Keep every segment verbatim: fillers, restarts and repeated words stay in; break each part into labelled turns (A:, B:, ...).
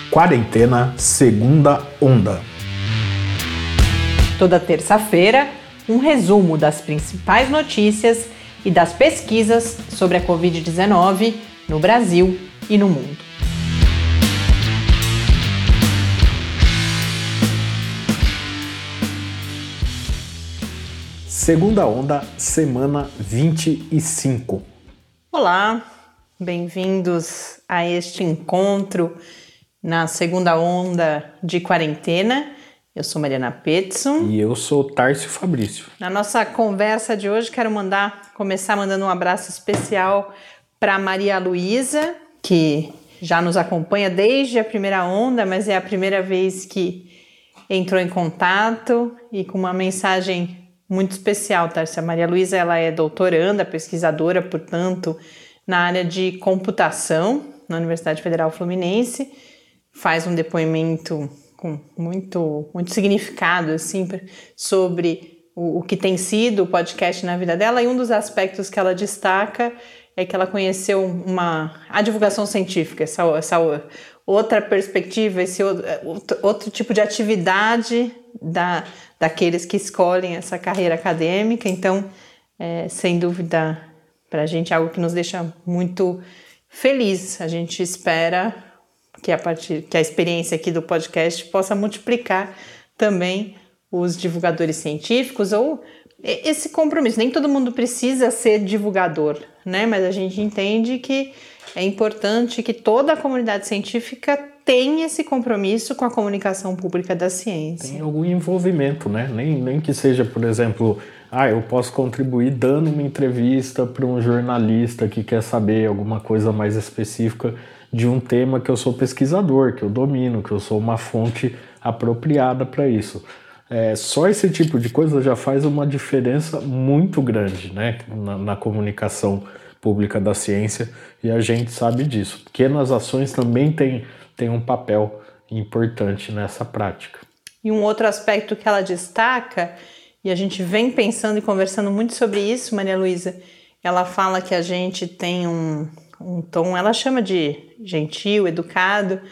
A: Quarentena, segunda onda.
B: Toda terça-feira, um resumo das principais notícias e das pesquisas sobre a covid dezenove no Brasil e no mundo.
A: Segunda onda, semana vinte e cinco.
B: Olá, bem-vindos a este encontro na segunda onda de quarentena. Eu sou Mariana Petson.
A: E eu sou Tárcio Fabrício.
B: Na nossa conversa de hoje, quero mandar, começar mandando um abraço especial para Maria Luísa, que já nos acompanha desde a primeira onda, mas é a primeira vez que entrou em contato e com uma mensagem muito especial, Tárcia. A Maria Luísa, ela é doutoranda, pesquisadora, portanto, na área de computação na Universidade Federal Fluminense. Faz um depoimento com muito, muito significado assim, sobre o, o que tem sido o podcast na vida dela, e um dos aspectos que ela destaca é que ela conheceu uma, a divulgação científica, essa, essa outra perspectiva, esse outro, outro tipo de atividade da, daqueles que escolhem essa carreira acadêmica. Então, é, sem dúvida, para a gente é algo que nos deixa muito feliz. A gente espera que a, partir, que a experiência aqui do podcast possa multiplicar também os divulgadores científicos, ou esse compromisso. Nem todo mundo precisa ser divulgador, né? Mas a gente entende que é importante que toda a comunidade científica tenha esse compromisso com a comunicação pública da ciência.
A: Tem algum envolvimento, né? Nem, nem que seja, por exemplo, ah, eu posso contribuir dando uma entrevista para um jornalista que quer saber alguma coisa mais específica de um tema que eu sou pesquisador, que eu domino, que eu sou uma fonte apropriada para isso. É, só esse tipo de coisa já faz uma diferença muito grande, né, na, na comunicação pública da ciência, e a gente sabe disso. Pequenas ações também têm, têm um papel importante nessa prática.
B: E um outro aspecto que ela destaca, e a gente vem pensando e conversando muito sobre isso, Maria Luísa, ela fala que a gente tem um, um tom, ela chama de gentil, educado,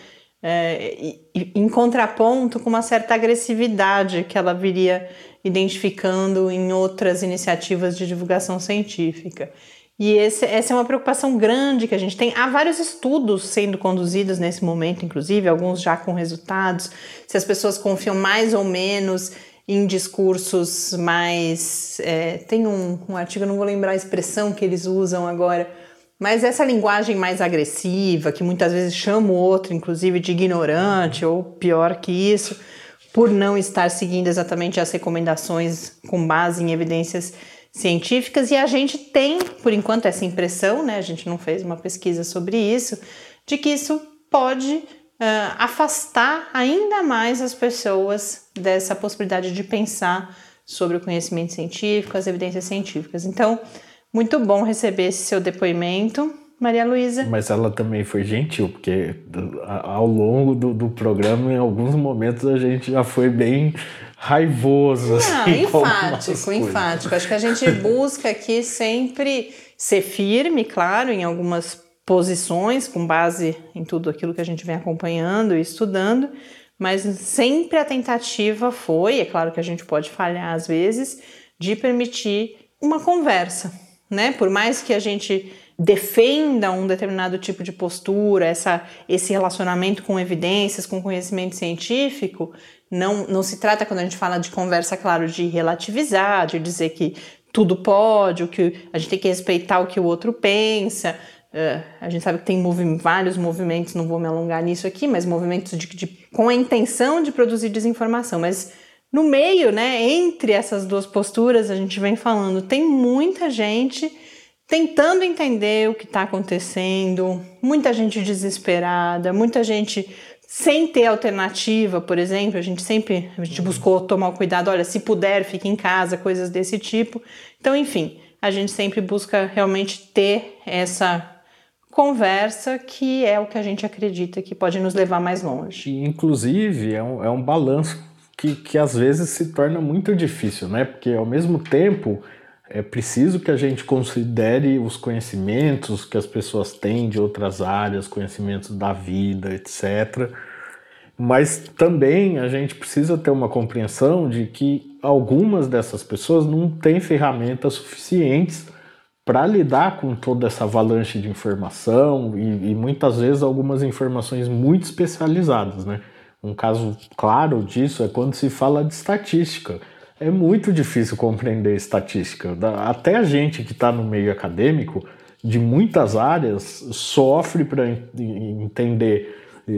B: É, e, em contraponto com uma certa agressividade que ela viria identificando em outras iniciativas de divulgação científica. E esse, essa é uma preocupação grande que a gente tem. Há vários estudos sendo conduzidos nesse momento, inclusive, alguns já com resultados, se as pessoas confiam mais ou menos em discursos mais... É, tem um, um artigo, eu não vou lembrar a expressão que eles usam agora, mas essa linguagem mais agressiva, que muitas vezes chama o outro, inclusive, de ignorante, ou pior que isso, por não estar seguindo exatamente as recomendações com base em evidências científicas. E a gente tem, por enquanto, essa impressão, né? A gente não fez uma pesquisa sobre isso, de que isso pode uh, afastar ainda mais as pessoas dessa possibilidade de pensar sobre o conhecimento científico, as evidências científicas. Então, muito bom receber esse seu depoimento, Maria Luísa.
A: Mas ela também foi gentil, porque ao longo do, do programa, em alguns momentos, a gente já foi bem raivoso.
B: Não,
A: assim,
B: enfático, enfático. Acho que a gente busca aqui sempre ser firme, claro, em algumas posições, com base em tudo aquilo que a gente vem acompanhando e estudando, mas sempre a tentativa foi, é claro que a gente pode falhar às vezes, de permitir uma conversa, né? Por mais que a gente defenda um determinado tipo de postura, essa, esse relacionamento com evidências, com conhecimento científico, não, não se trata, quando a gente fala de conversa, claro, de relativizar, de dizer que tudo pode, o que a gente tem que respeitar o que o outro pensa. Uh, a gente sabe que tem movi- vários movimentos, não vou me alongar nisso aqui, mas movimentos de, de, com a intenção de produzir desinformação, mas no meio, né, entre essas duas posturas, a gente vem falando, tem muita gente tentando entender o que está acontecendo, muita gente desesperada, muita gente sem ter alternativa, por exemplo. A gente sempre a gente buscou tomar o cuidado, olha, se puder, fique em casa, coisas desse tipo. Então, enfim, a gente sempre busca realmente ter essa conversa, que é o que a gente acredita que pode nos levar mais longe.
A: E, inclusive, é um, é um balanço que, que às vezes se torna muito difícil, né? Porque, ao mesmo tempo, é preciso que a gente considere os conhecimentos que as pessoas têm de outras áreas, conhecimentos da vida, etcétera. Mas também a gente precisa ter uma compreensão de que algumas dessas pessoas não têm ferramentas suficientes para lidar com toda essa avalanche de informação e, e muitas vezes algumas informações muito especializadas, né? Um caso claro disso é quando se fala de estatística. É muito difícil compreender estatística. Até a gente que está no meio acadêmico, de muitas áreas, sofre para entender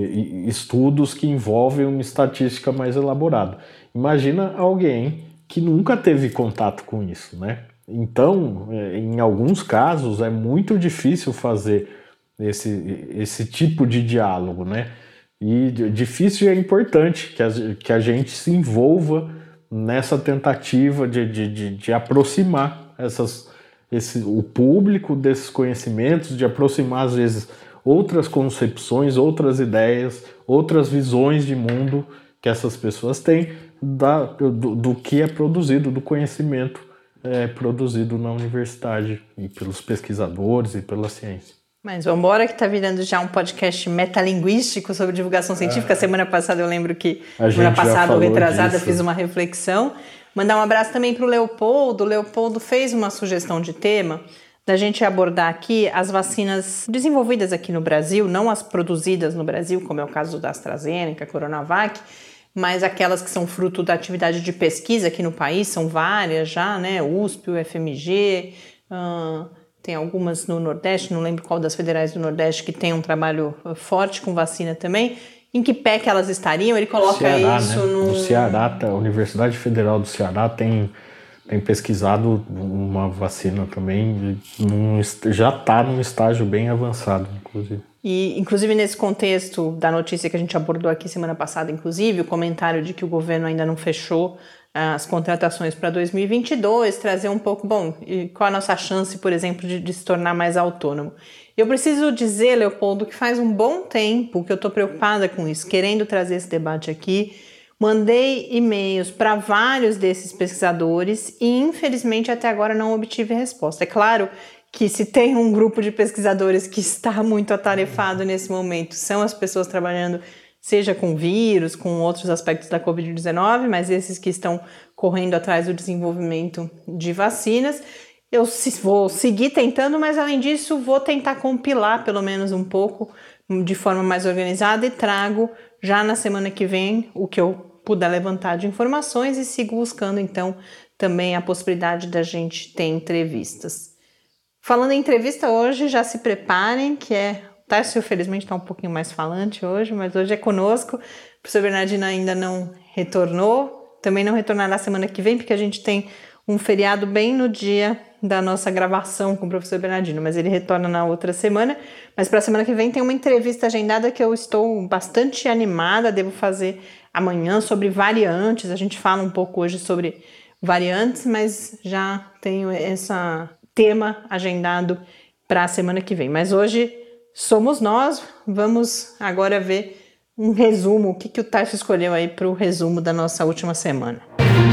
A: estudos que envolvem uma estatística mais elaborada. Imagina alguém que nunca teve contato com isso, né? Então, em alguns casos, é muito difícil fazer esse, esse tipo de diálogo, né? E difícil e é importante que a, que a gente se envolva nessa tentativa de, de, de, de aproximar essas, esse, o público desses conhecimentos, de aproximar, às vezes, outras concepções, outras ideias, outras visões de mundo que essas pessoas têm da, do, do que é produzido, do conhecimento é, produzido na universidade e pelos pesquisadores e pela ciência.
B: Mas vamos embora, que está virando já um podcast metalinguístico sobre divulgação científica. Ah, semana passada eu lembro que, semana passada ou retrasada, disso. Fiz uma reflexão. Mandar um abraço também para o Leopoldo. O Leopoldo fez uma sugestão de tema da gente abordar aqui as vacinas desenvolvidas aqui no Brasil, não as produzidas no Brasil, como é o caso da AstraZeneca, Coronavac, mas aquelas que são fruto da atividade de pesquisa aqui no país, são várias já, né? U S P, U F M G, hum, tem algumas no Nordeste, não lembro qual das federais do Nordeste que tem um trabalho forte com vacina também. Em que pé que elas estariam? Ele coloca
A: Ceará,
B: isso
A: né?
B: no...
A: No Ceará, a Universidade Federal do Ceará tem... tem pesquisado uma vacina também, num, já está num estágio bem avançado, inclusive.
B: E, inclusive, nesse contexto da notícia que a gente abordou aqui semana passada, inclusive, o comentário de que o governo ainda não fechou as contratações para dois mil e vinte e dois, trazer um pouco, bom, e qual a nossa chance, por exemplo, de, de se tornar mais autônomo. Eu preciso dizer, Leopoldo, que faz um bom tempo que eu estou preocupada com isso, querendo trazer esse debate aqui. Mandei e-mails para vários desses pesquisadores e, infelizmente, até agora não obtive resposta. É claro que se tem um grupo de pesquisadores que está muito atarefado nesse momento, são as pessoas trabalhando, seja com vírus, com outros aspectos da covid dezenove, mas esses que estão correndo atrás do desenvolvimento de vacinas. Eu vou seguir tentando, mas, além disso, vou tentar compilar pelo menos um pouco de forma mais organizada e trago já na semana que vem o que eu puder levantar de informações e sigo buscando, então, também a possibilidade da gente ter entrevistas. Falando em entrevista hoje, já se preparem, que é... O Tarso, felizmente, está um pouquinho mais falante hoje, mas hoje é conosco. O professor Bernardino ainda não retornou, também não retornará semana que vem, porque a gente tem um feriado bem no dia da nossa gravação com o professor Bernardino, mas ele retorna na outra semana. Mas para a semana que vem tem uma entrevista agendada que eu estou bastante animada, devo fazer amanhã, sobre variantes. A gente fala um pouco hoje sobre variantes, mas já tenho esse tema agendado para a semana que vem. Mas hoje somos nós, vamos agora ver um resumo, o que, que o Tarso escolheu aí para o resumo da nossa última semana.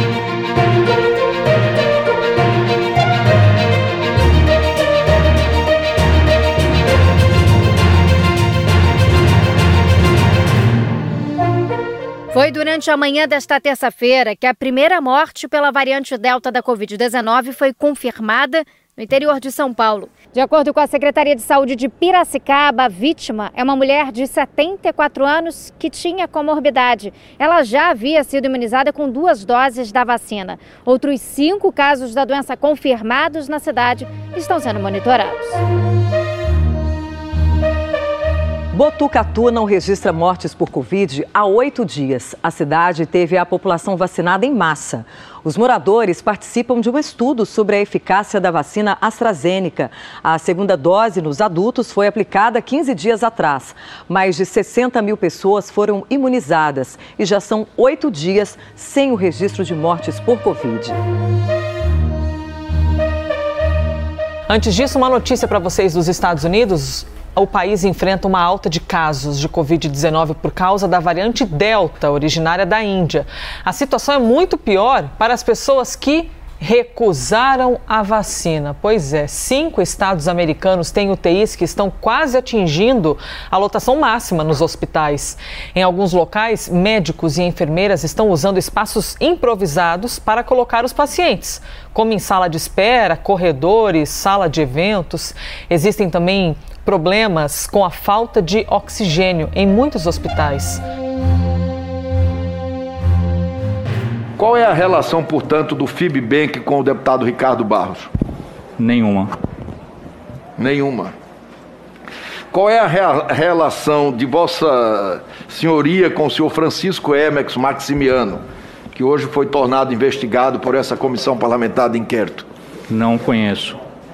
C: Foi durante a manhã desta terça-feira que a primeira morte pela variante Delta da covid dezenove foi confirmada no interior de São Paulo. De acordo com a Secretaria de Saúde de Piracicaba, a vítima é uma mulher de setenta e quatro anos que tinha comorbidade. Ela já havia sido imunizada com duas doses da vacina. Outros cinco casos da doença confirmados na cidade estão sendo monitorados.
D: Botucatu não registra mortes por Covid há oito dias. A cidade teve a população vacinada em massa. Os moradores participam de um estudo sobre a eficácia da vacina AstraZeneca. A segunda dose nos adultos foi aplicada quinze dias atrás. Mais de sessenta mil pessoas foram imunizadas e já são oito dias sem o registro de mortes por Covid.
E: Antes disso, uma notícia para vocês dos Estados Unidos. O país enfrenta uma alta de casos de covid dezenove por causa da variante Delta, originária da Índia. A situação é muito pior para as pessoas que recusaram a vacina. Pois é, cinco estados americanos têm U T Is que estão quase atingindo a lotação máxima nos hospitais. Em alguns locais, médicos e enfermeiras estão usando espaços improvisados para colocar os pacientes, como em sala de espera, corredores, sala de eventos. Existem também problemas com a falta de oxigênio em muitos hospitais.
F: Qual é a relação, portanto, do FIBBank com o deputado Ricardo Barros?
G: Nenhuma.
F: Nenhuma. Qual é a rea- relação de Vossa Senhoria com o senhor Francisco Emex Maximiano, que hoje foi tornado investigado por essa comissão parlamentar de inquérito?
G: Não conheço.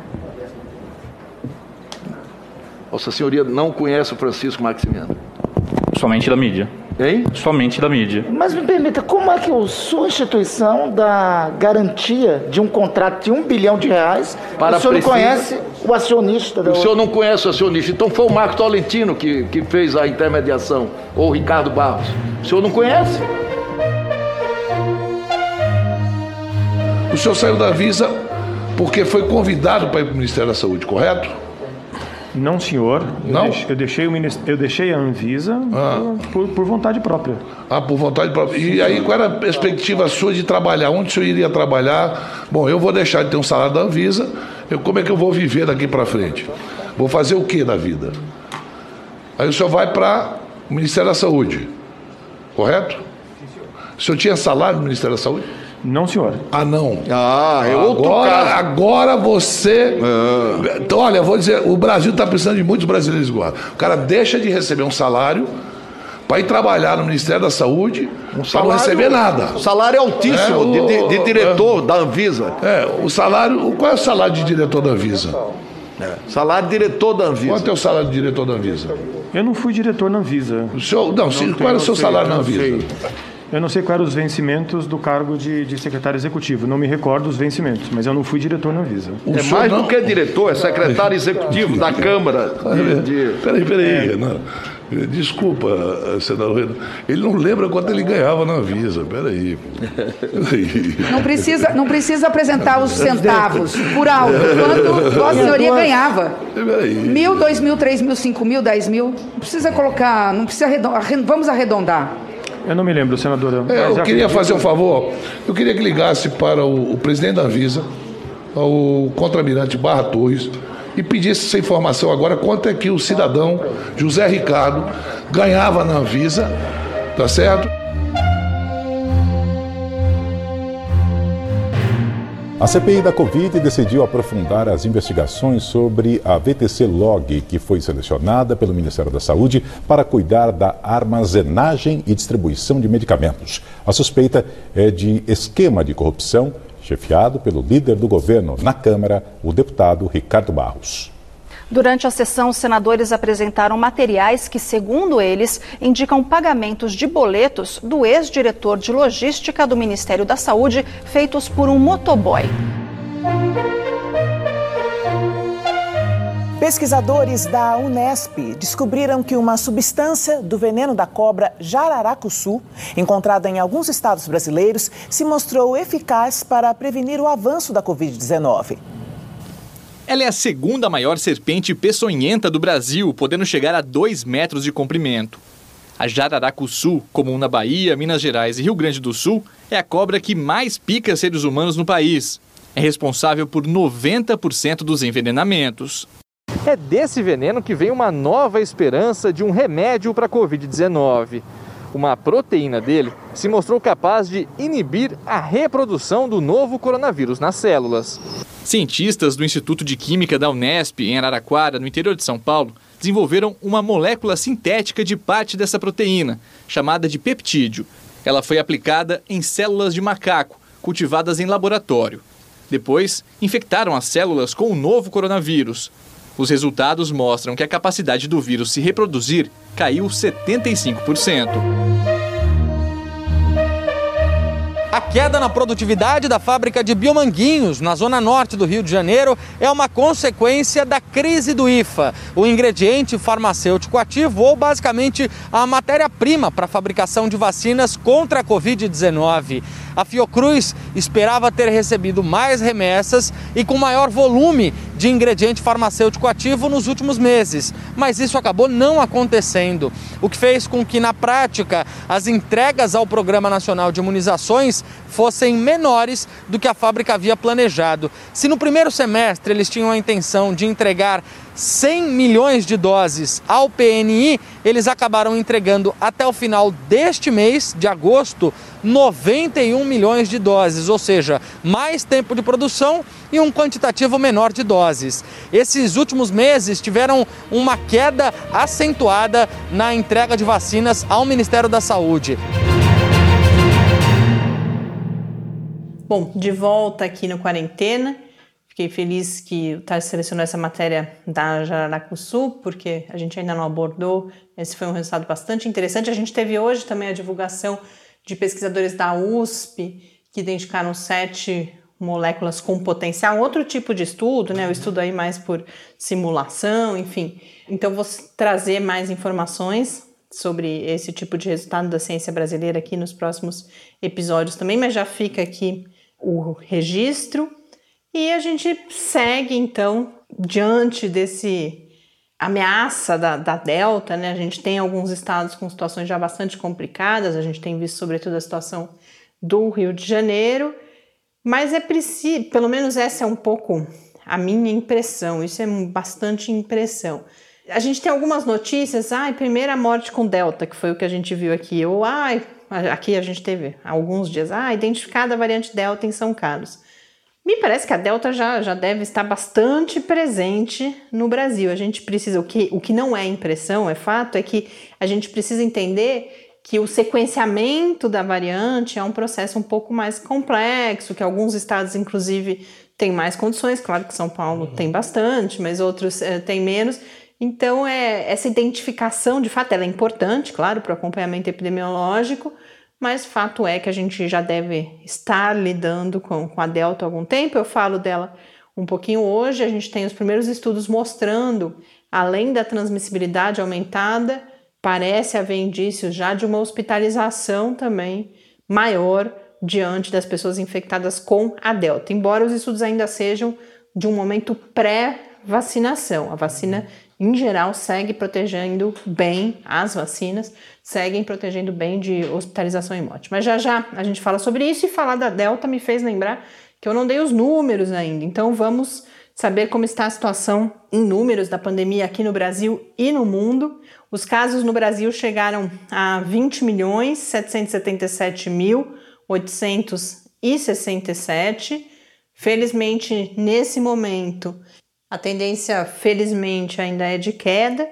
F: Vossa Senhoria não conhece o Francisco Maximiano?
G: Somente da mídia.
F: Hein?
G: Somente da mídia.
H: Mas me permita, como é que a sua instituição dá garantia de um contrato de um bilhão de reais
F: Para
H: o senhor
F: precisa...
H: não conhece o acionista? Da...
F: O senhor não conhece o acionista, então foi o Marco Tolentino que, que fez a intermediação, ou o Ricardo Barros. O senhor não conhece?
I: O senhor saiu da Anvisa porque foi convidado para ir para o Ministério da Saúde, correto?
J: Não, senhor.
I: Não?
J: Eu deixei, eu deixei, o ministério, eu deixei a Anvisa ah. por, por vontade própria.
I: Ah, por vontade própria. E aí, qual era a perspectiva sua de trabalhar? Onde o senhor iria trabalhar? Bom, eu vou deixar de ter um salário da Anvisa. Eu, como é que eu vou viver daqui para frente? Vou fazer o que da vida? Aí o senhor vai para o Ministério da Saúde, correto? O senhor tinha salário no Ministério da Saúde?
J: Não, senhor.
I: Ah, não.
F: Ah, é outro
I: agora,
F: caso.
I: Agora você...
F: Ah.
I: Então, olha, eu vou dizer, o Brasil está precisando de muitos brasileiros igual. O cara deixa de receber um salário para ir trabalhar no Ministério da Saúde um para não receber nada.
F: Salário altíssimo é, o, de, de, de diretor é, da Anvisa.
I: É, o salário... Qual é o salário de diretor da Anvisa?
F: É, salário de diretor da Anvisa.
I: Quanto é o salário de diretor da Anvisa?
J: Eu não fui diretor na Anvisa.
I: O senhor, não, não se, qual era o seu sei, salário na Anvisa? Sei.
J: Eu não sei quais eram os vencimentos do cargo de, de secretário executivo. Não me recordo os vencimentos, mas eu não fui diretor na Anvisa.
F: O é mais não... do que diretor, é secretário executivo da Câmara. De, de...
I: Peraí, peraí. É. Não. Desculpa, senador. Ele não lembra quanto ele ganhava na Anvisa. Peraí. Peraí.
K: Não precisa, não precisa apresentar os centavos por alto. Quanto Vossa Senhoria ganhava?
I: Peraí.
K: Mil, dois mil, três mil, cinco mil, dez mil. Não precisa colocar, não precisa arredondar. Vamos arredondar.
J: Eu não me lembro, senadora.
I: É, eu queria fazer um favor. Eu queria que ligasse para o, o presidente da Anvisa, o contra-almirante Barra Torres, e pedisse essa informação agora, quanto é que o cidadão José Ricardo ganhava na Anvisa, tá certo?
L: A C P I da Covid decidiu aprofundar as investigações sobre a V T C Log, que foi selecionada pelo Ministério da Saúde para cuidar da armazenagem e distribuição de medicamentos. A suspeita é de esquema de corrupção, chefiado pelo líder do governo na Câmara, o deputado Ricardo Barros.
M: Durante a sessão, os senadores apresentaram materiais que, segundo eles, indicam pagamentos de boletos do ex-diretor de logística do Ministério da Saúde feitos por um motoboy.
N: Pesquisadores da Unesp descobriram que uma substância do veneno da cobra jararacuçu, encontrada em alguns estados brasileiros, se mostrou eficaz para prevenir o avanço da covid dezenove.
O: Ela é a segunda maior serpente peçonhenta do Brasil, podendo chegar a dois metros de comprimento. A jararacuçu, comum na Bahia, Minas Gerais e Rio Grande do Sul, é a cobra que mais pica seres humanos no país. É responsável por noventa por cento dos envenenamentos. É desse veneno que vem uma nova esperança de um remédio para a covid dezenove. Uma proteína dele se mostrou capaz de inibir a reprodução do novo coronavírus nas células. Cientistas do Instituto de Química da Unesp, em Araraquara, no interior de São Paulo, desenvolveram uma molécula sintética de parte dessa proteína, chamada de peptídeo. Ela foi aplicada em células de macaco, cultivadas em laboratório. Depois, infectaram as células com o novo coronavírus. Os resultados mostram que a capacidade do vírus se reproduzir caiu setenta e cinco por cento.
P: A queda na produtividade da fábrica de Biomanguinhos, na zona norte do Rio de Janeiro, é uma consequência da crise do I F A, o ingrediente farmacêutico ativo ou basicamente a matéria-prima para a fabricação de vacinas contra a covid dezenove. A Fiocruz esperava ter recebido mais remessas e com maior volume de ingrediente farmacêutico ativo nos últimos meses, mas isso acabou não acontecendo, o que fez com que, na prática, as entregas ao Programa Nacional de Imunizações fossem menores do que a fábrica havia planejado. Se no primeiro semestre eles tinham a intenção de entregar cem milhões de doses ao P N I, eles acabaram entregando até o final deste mês, de agosto, noventa e um milhões de doses, ou seja, mais tempo de produção e um quantitativo menor de doses. Esses últimos meses tiveram uma queda acentuada na entrega de vacinas ao Ministério da Saúde.
B: Bom, de volta aqui no Quarentena. Fiquei feliz que o Tarso selecionou essa matéria da Jararacuçu, porque a gente ainda não abordou. Esse foi um resultado bastante interessante. A gente teve hoje também a divulgação de pesquisadores da U S P que identificaram sete moléculas com potencial, outro tipo de estudo, né? O estudo aí mais por simulação, enfim. Então vou trazer mais informações sobre esse tipo de resultado da ciência brasileira aqui nos próximos episódios também, mas já fica aqui o registro. E a gente segue, então, diante desse ameaça da, da Delta, né? A gente tem alguns estados com situações já bastante complicadas, a gente tem visto, sobretudo, a situação do Rio de Janeiro, mas é preciso, pelo menos essa é um pouco a minha impressão, isso é bastante impressão. A gente tem algumas notícias, ai, primeira morte com Delta, que foi o que a gente viu aqui, ou ai, aqui a gente teve há alguns dias, ah, identificada a variante Delta em São Carlos. Me parece que a Delta já, já deve estar bastante presente no Brasil. A gente precisa, o que, o que não é impressão, é fato, é que a gente precisa entender que o sequenciamento da variante é um processo um pouco mais complexo, que alguns estados, inclusive, têm mais condições. Claro que São Paulo uhum. tem bastante, mas outros é, têm menos. Então, é, essa identificação, de fato, ela é importante, claro, para o acompanhamento epidemiológico, mas fato é que a gente já deve estar lidando com, com a Delta há algum tempo. Eu falo dela um pouquinho hoje. A gente tem os primeiros estudos mostrando, além da transmissibilidade aumentada, parece haver indícios já de uma hospitalização também maior diante das pessoas infectadas com a Delta, embora os estudos ainda sejam de um momento pré-vacinação. A vacina, em geral, segue protegendo bem, as vacinas seguem protegendo bem de hospitalização e morte. Mas já já a gente fala sobre isso, e falar da Delta me fez lembrar que eu não dei os números ainda. Então vamos saber como está a situação em números da pandemia aqui no Brasil e no mundo. Os casos no Brasil chegaram a vinte milhões setecentos e setenta e sete mil oitocentos e sessenta e sete. Felizmente, nesse momento, a tendência, felizmente, ainda é de queda,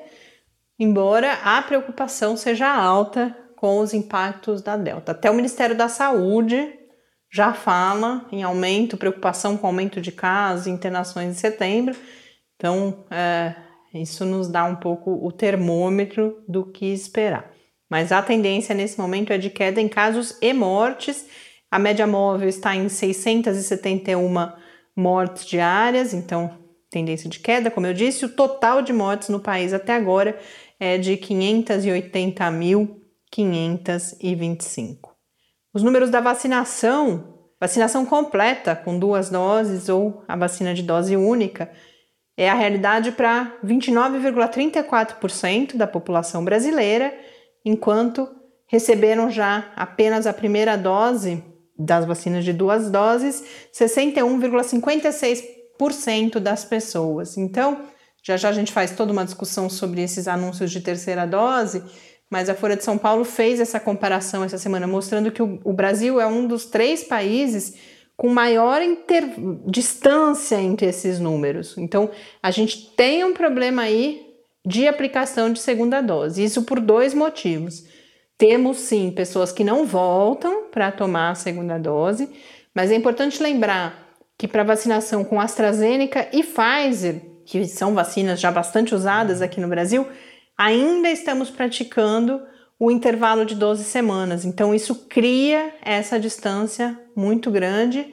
B: embora a preocupação seja alta com os impactos da Delta. Até o Ministério da Saúde já fala em aumento, preocupação com aumento de casos e internações em setembro. Então, é, isso nos dá um pouco o termômetro do que esperar. Mas a tendência nesse momento é de queda em casos e mortes. A média móvel está em seiscentos e setenta e uma mortes diárias, então tendência de queda, como eu disse. O total de mortes no país até agora é de quinhentos e oitenta mil quinhentos e vinte e cinco. Os números da vacinação, vacinação completa com duas doses ou a vacina de dose única, é a realidade para vinte e nove vírgula trinta e quatro por cento da população brasileira, enquanto receberam já apenas a primeira dose das vacinas de duas doses, sessenta e um vírgula cinquenta e seis por cento das pessoas. Então, já já a gente faz toda uma discussão sobre esses anúncios de terceira dose, mas a Folha de São Paulo fez essa comparação essa semana, mostrando que o, o Brasil é um dos três países com maior inter... distância entre esses números. Então, a gente tem um problema aí de aplicação de segunda dose, isso por dois motivos. Temos, sim, pessoas que não voltam para tomar a segunda dose, mas é importante lembrar que para vacinação com AstraZeneca e Pfizer, que são vacinas já bastante usadas aqui no Brasil, ainda estamos praticando o intervalo de doze semanas. Então, isso cria essa distância muito grande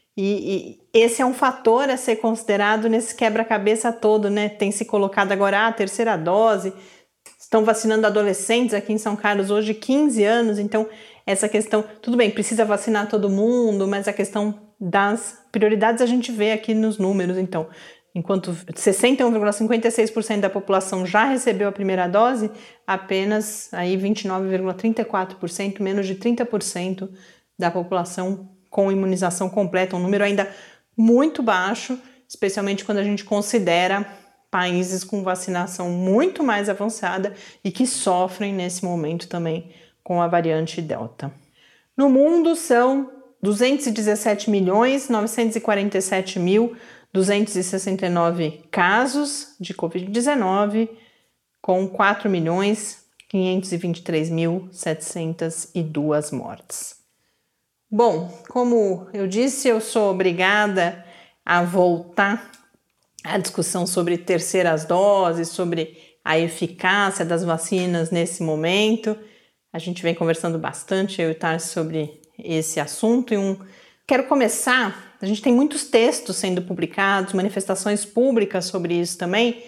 B: e, e esse é um fator a ser considerado nesse quebra-cabeça todo, né? Tem se colocado agora a terceira dose, estão vacinando adolescentes aqui em São Carlos hoje, quinze anos, então essa questão, tudo bem, precisa vacinar todo mundo, mas a questão das prioridades a gente vê aqui nos números, então, enquanto sessenta e um vírgula cinquenta e seis por cento da população já recebeu a primeira dose, apenas aí vinte e nove vírgula trinta e quatro por cento, menos de trinta por cento da população com imunização completa, um número ainda muito baixo, especialmente quando a gente considera países com vacinação muito mais avançada e que sofrem nesse momento também com a variante Delta. No mundo são duzentos e dezessete milhões, novecentos e quarenta e sete mil, duzentos e sessenta e nove casos de covid dezenove, com quatro milhões, quinhentos e vinte e três mil, setecentas e duas mortes. Bom, como eu disse, eu sou obrigada a voltar à discussão sobre terceiras doses, sobre a eficácia das vacinas nesse momento. A gente vem conversando bastante, eu e o Tarso, sobre esse assunto. E um... Quero começar, a gente tem muitos textos sendo publicados, manifestações públicas sobre isso também.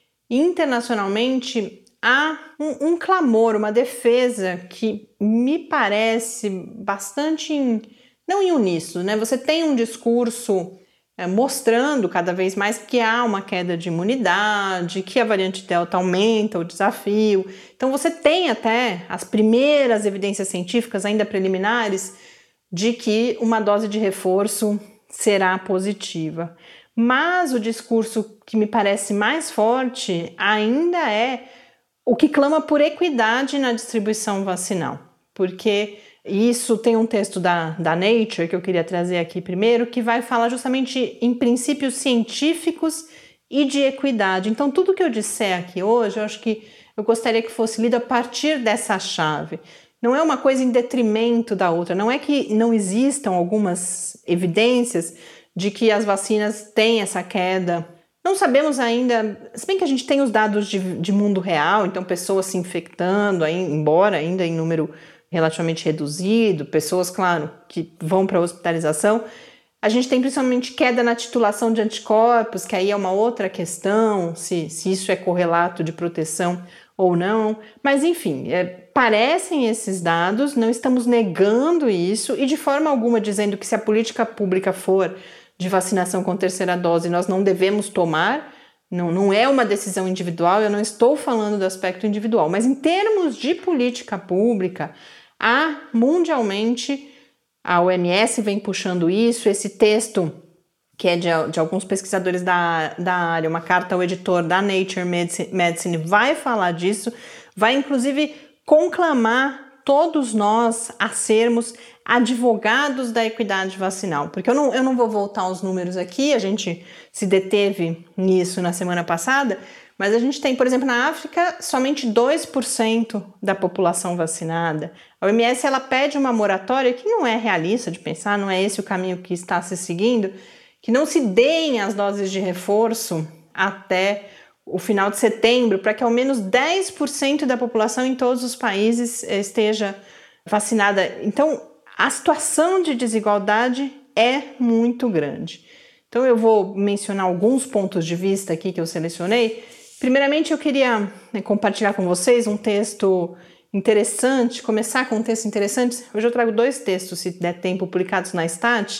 B: Internacionalmente, há um, um clamor, uma defesa que me parece bastante, em, não em uníssono, né? Você tem um discurso é, mostrando cada vez mais que há uma queda de imunidade, que a variante Delta aumenta o desafio. Então você tem até as primeiras evidências científicas, ainda preliminares, de que uma dose de reforço será positiva. Mas o discurso que me parece mais forte ainda é o que clama por equidade na distribuição vacinal, porque isso tem um texto da, da Nature que eu queria trazer aqui primeiro, que vai falar justamente em princípios científicos e de equidade. Então, tudo que eu disser aqui hoje, eu acho que eu gostaria que fosse lido a partir dessa chave. Não é uma coisa em detrimento da outra, não é que não existam algumas evidências de que as vacinas têm essa queda. Não sabemos ainda, se bem que a gente tem os dados de, de mundo real, então pessoas se infectando, aí, embora ainda em número relativamente reduzido, pessoas, claro, que vão para a hospitalização. A gente tem principalmente queda na titulação de anticorpos, que aí é uma outra questão, se, se isso é correlato de proteção ou não. Mas, enfim, é, parecem esses dados, não estamos negando isso e de forma alguma dizendo que se a política pública for de vacinação com terceira dose, nós não devemos tomar, não, não é uma decisão individual, eu não estou falando do aspecto individual, mas em termos de política pública, há mundialmente, a O M S vem puxando isso, esse texto que é de, de alguns pesquisadores da, da área, uma carta ao editor da Nature Medicine, Medicine vai falar disso, vai inclusive conclamar todos nós a sermos advogados da equidade vacinal, porque eu não, eu não vou voltar aos números aqui, a gente se deteve nisso na semana passada, mas a gente tem, por exemplo, na África, somente dois por cento da população vacinada. A O M S ela pede uma moratória que não é realista de pensar, não é esse o caminho que está se seguindo, que não se deem as doses de reforço até o final de setembro, para que ao menos dez por cento da população em todos os países esteja vacinada. Então, a situação de desigualdade é muito grande. Então, eu vou mencionar alguns pontos de vista aqui que eu selecionei. Primeiramente, eu queria né, compartilhar com vocês um texto interessante, começar com um texto interessante. Hoje eu trago dois textos, se der tempo, publicados na Stat,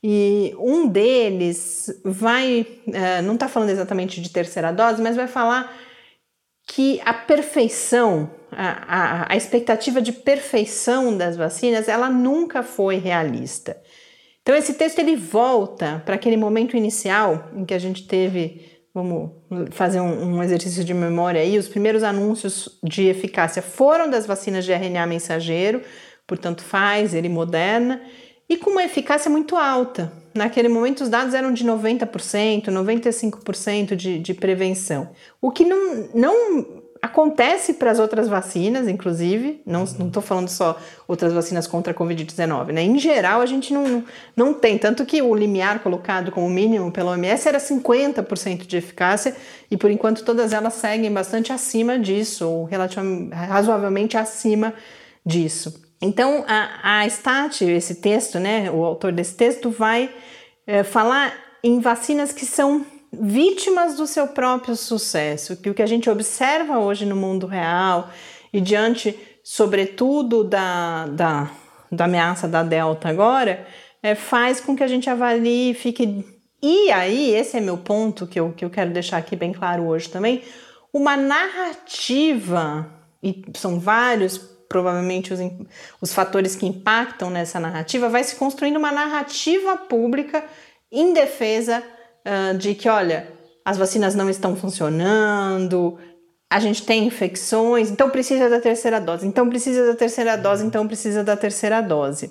B: e um deles vai, uh, não está falando exatamente de terceira dose, mas vai falar que a perfeição, a, a, a expectativa de perfeição das vacinas, ela nunca foi realista. Então esse texto ele volta para aquele momento inicial em que a gente teve, vamos fazer um, um exercício de memória aí, os primeiros anúncios de eficácia foram das vacinas de R N A mensageiro, portanto Pfizer e Moderna, e com uma eficácia muito alta. Naquele momento os dados eram de noventa por cento, noventa e cinco por cento de, de prevenção, o que não, não acontece para as outras vacinas, inclusive, não estou falando só outras vacinas contra a covid dezenove, né? Em geral, a gente não, não tem, tanto que o limiar colocado como mínimo pela O M S era cinquenta por cento de eficácia, e por enquanto todas elas seguem bastante acima disso, ou relativamente, razoavelmente acima disso. Então, a, a Stat, esse texto, né, o autor desse texto, vai é, falar em vacinas que são vítimas do seu próprio sucesso, que o que a gente observa hoje no mundo real e diante, sobretudo, da, da, da ameaça da Delta agora, é, faz com que a gente avalie e fique... E aí, esse é meu ponto que eu, que eu quero deixar aqui bem claro hoje também, uma narrativa, e são vários, provavelmente, os, os fatores que impactam nessa narrativa, vai se construindo uma narrativa pública em defesa de que, olha, as vacinas não estão funcionando, a gente tem infecções, então precisa da terceira dose, então precisa da terceira dose, então precisa da terceira dose.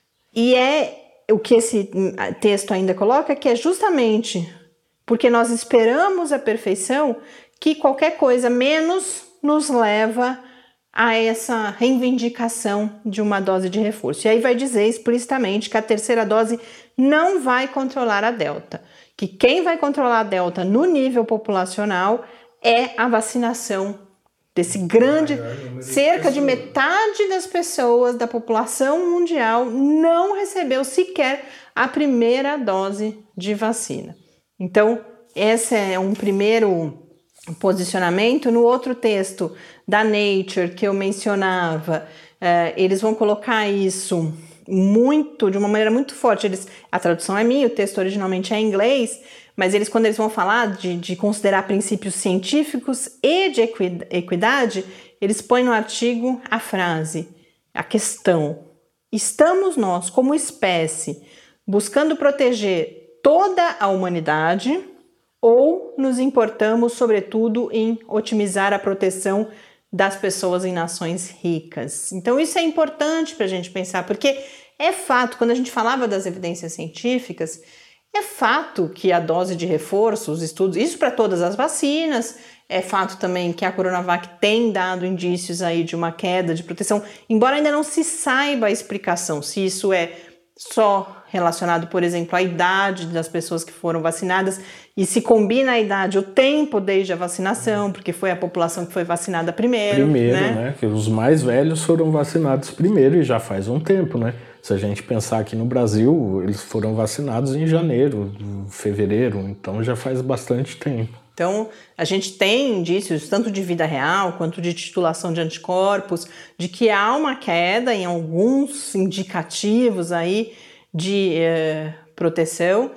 B: E é o que esse texto ainda coloca, que é justamente porque nós esperamos a perfeição que qualquer coisa menos nos leva a essa reivindicação de uma dose de reforço. E aí vai dizer explicitamente que a terceira dose não vai controlar a Delta, que quem vai controlar a Delta no nível populacional é a vacinação desse grande... Cerca de metade das pessoas da população mundial não recebeu sequer a primeira dose de vacina. Então, esse é um primeiro posicionamento. No outro texto da Nature que eu mencionava, eh, eles vão colocar isso muito, de uma maneira muito forte. Eles, a tradução é minha, o texto originalmente é em inglês, mas eles, quando eles vão falar de, de considerar princípios científicos e de equidade, eles põem no artigo a frase, a questão: estamos nós, como espécie, buscando proteger toda a humanidade ou nos importamos, sobretudo, em otimizar a proteção das pessoas em nações ricas? Então isso é importante para a gente pensar, porque é fato, quando a gente falava das evidências científicas, é fato que a dose de reforço, os estudos, isso para todas as vacinas, é fato também que a Coronavac tem dado indícios aí de uma queda de proteção, embora ainda não se saiba a explicação, se isso é só relacionado, por exemplo, à idade das pessoas que foram vacinadas, e se combina a idade, o tempo desde a vacinação, porque foi a população que foi vacinada primeiro.
A: Primeiro,
B: né?
A: né? Que os mais velhos foram vacinados primeiro e já faz um tempo, né? Se a gente pensar aqui no Brasil, eles foram vacinados em janeiro, fevereiro, então já faz bastante tempo.
B: Então, a gente tem indícios, tanto de vida real, quanto de titulação de anticorpos, de que há uma queda em alguns indicativos aí de eh, proteção.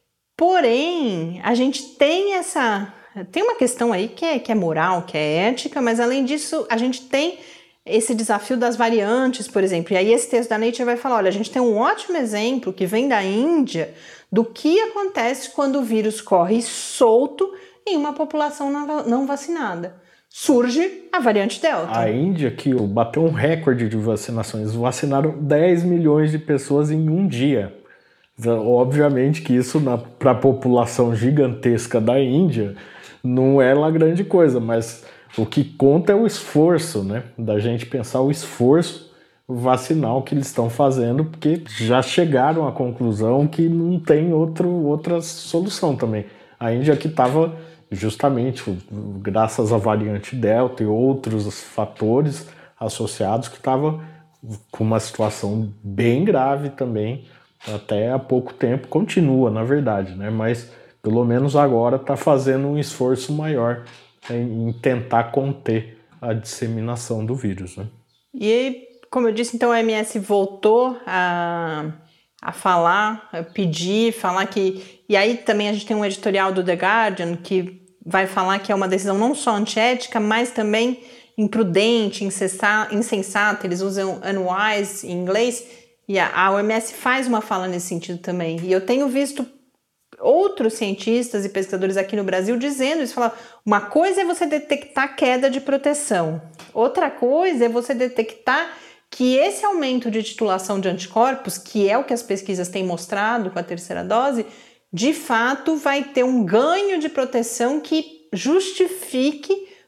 B: Porém, a gente tem essa... Tem uma questão aí que é, que é moral, que é ética, mas além disso, a gente tem esse desafio das variantes, por exemplo. E aí esse texto da Nature vai falar, olha, a gente tem um ótimo exemplo que vem da Índia do que acontece quando o vírus corre solto em uma população não vacinada. Surge a variante Delta.
A: A Índia, que bateu um recorde de vacinações, vacinaram dez milhões de pessoas em um dia. Obviamente que isso, para a população gigantesca da Índia, não é lá grande coisa, mas o que conta é o esforço, né? Da gente pensar o esforço vacinal que eles estão fazendo, porque já chegaram à conclusão que não tem outro, outra solução também. A Índia que estava justamente graças à variante Delta e outros fatores associados, que estava com uma situação bem grave também, até há pouco tempo, continua na verdade, né? Mas pelo menos agora está fazendo um esforço maior em, em tentar conter a disseminação do vírus, né?
B: E como eu disse, então a O M S voltou a, a falar, a pedir, falar que... E aí também a gente tem um editorial do The Guardian que vai falar que é uma decisão não só antiética, mas também imprudente, insensata, eles usam unwise em inglês, e a, a O M S faz uma fala nesse sentido também. E eu tenho visto outros cientistas e pesquisadores aqui no Brasil dizendo isso, falar, uma coisa é você detectar queda de proteção, outra coisa é você detectar que esse aumento de titulação de anticorpos, que é o que as pesquisas têm mostrado com a terceira dose, de fato vai ter um ganho de proteção que justifique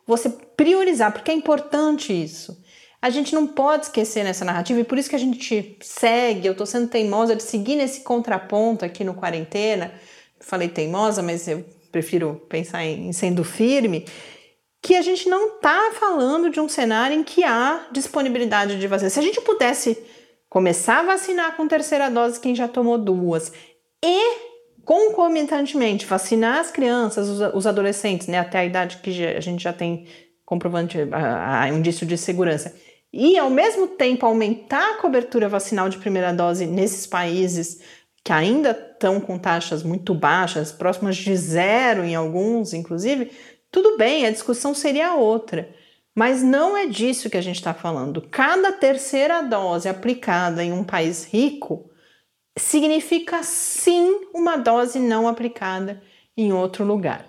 B: você priorizar, porque é importante isso. A gente não pode esquecer nessa narrativa e por isso que a gente segue, eu estou sendo teimosa de seguir nesse contraponto aqui no Quarentena, falei teimosa, mas eu prefiro pensar em sendo firme, que a gente não está falando de um cenário em que há disponibilidade de vacina. Se a gente pudesse começar a vacinar com terceira dose quem já tomou duas e concomitantemente vacinar as crianças, os, os adolescentes, né, até a idade que já, a gente já tem comprovante, a, a, um indício de segurança, e ao mesmo tempo aumentar a cobertura vacinal de primeira dose nesses países que ainda estão com taxas muito baixas, próximas de zero em alguns, inclusive, tudo bem, a discussão seria outra. Mas não é disso que a gente está falando. Cada terceira dose aplicada em um país rico significa sim uma dose não aplicada em outro lugar.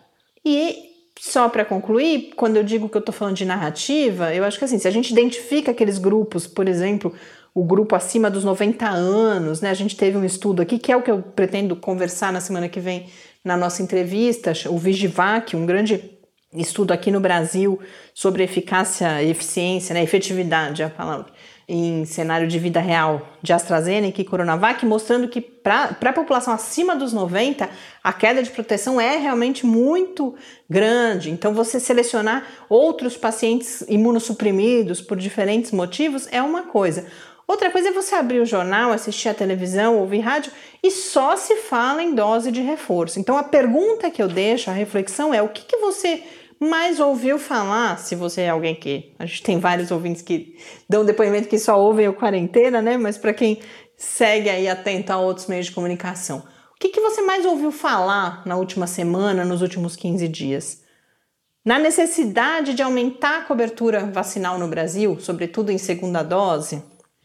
B: E só para concluir, quando eu digo que eu estou falando de narrativa, eu acho que assim, se a gente identifica aqueles grupos, por exemplo, o grupo acima dos noventa anos, né? A gente teve um estudo aqui, que é o que eu pretendo conversar na semana que vem na nossa entrevista, o Vigivac, um grande estudo aqui no Brasil sobre eficácia, eficiência, né? Efetividade é a palavra, em cenário de vida real de AstraZeneca e Coronavac, mostrando que para a população acima dos noventa, a queda de proteção é realmente muito grande. Então, você selecionar outros pacientes imunossuprimidos por diferentes motivos é uma coisa. Outra coisa é você abrir o jornal, assistir a televisão, ouvir rádio e só se fala em dose de reforço. Então, a pergunta que eu deixo, a reflexão é: o que, que você mais ouviu falar, se você é alguém que... A gente tem vários ouvintes que dão depoimento que só ouvem o Quarentena, né? Mas para quem segue aí atento a outros meios de comunicação, o que, que você mais ouviu falar na última semana, nos últimos quinze dias? Na necessidade de aumentar a cobertura vacinal no Brasil, sobretudo em segunda dose?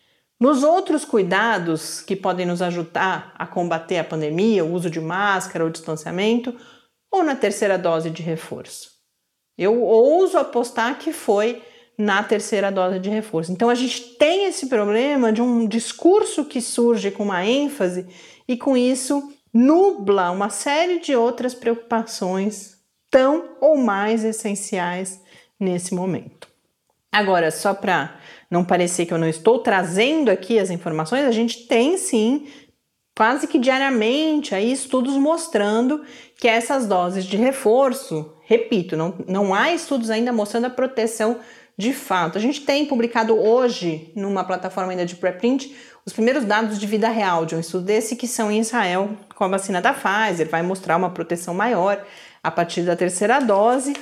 B: Nos outros cuidados que podem nos ajudar a combater a pandemia, o uso de máscara ou distanciamento, ou na terceira dose de reforço? Eu ouso apostar que foi na terceira dose de reforço. Então a gente tem esse problema de um discurso que surge com uma ênfase e com isso nubla uma série de outras preocupações tão ou mais essenciais nesse momento. Agora, só para não parecer que eu não estou trazendo aqui as informações, a gente tem sim, quase que diariamente, aí estudos mostrando que essas doses de reforço, repito, não, não há estudos ainda mostrando a proteção de fato. A gente tem publicado hoje, numa plataforma ainda de preprint, os primeiros dados de vida real de um estudo desse, que são em Israel, com a vacina da Pfizer, vai mostrar uma proteção maior a partir da terceira dose.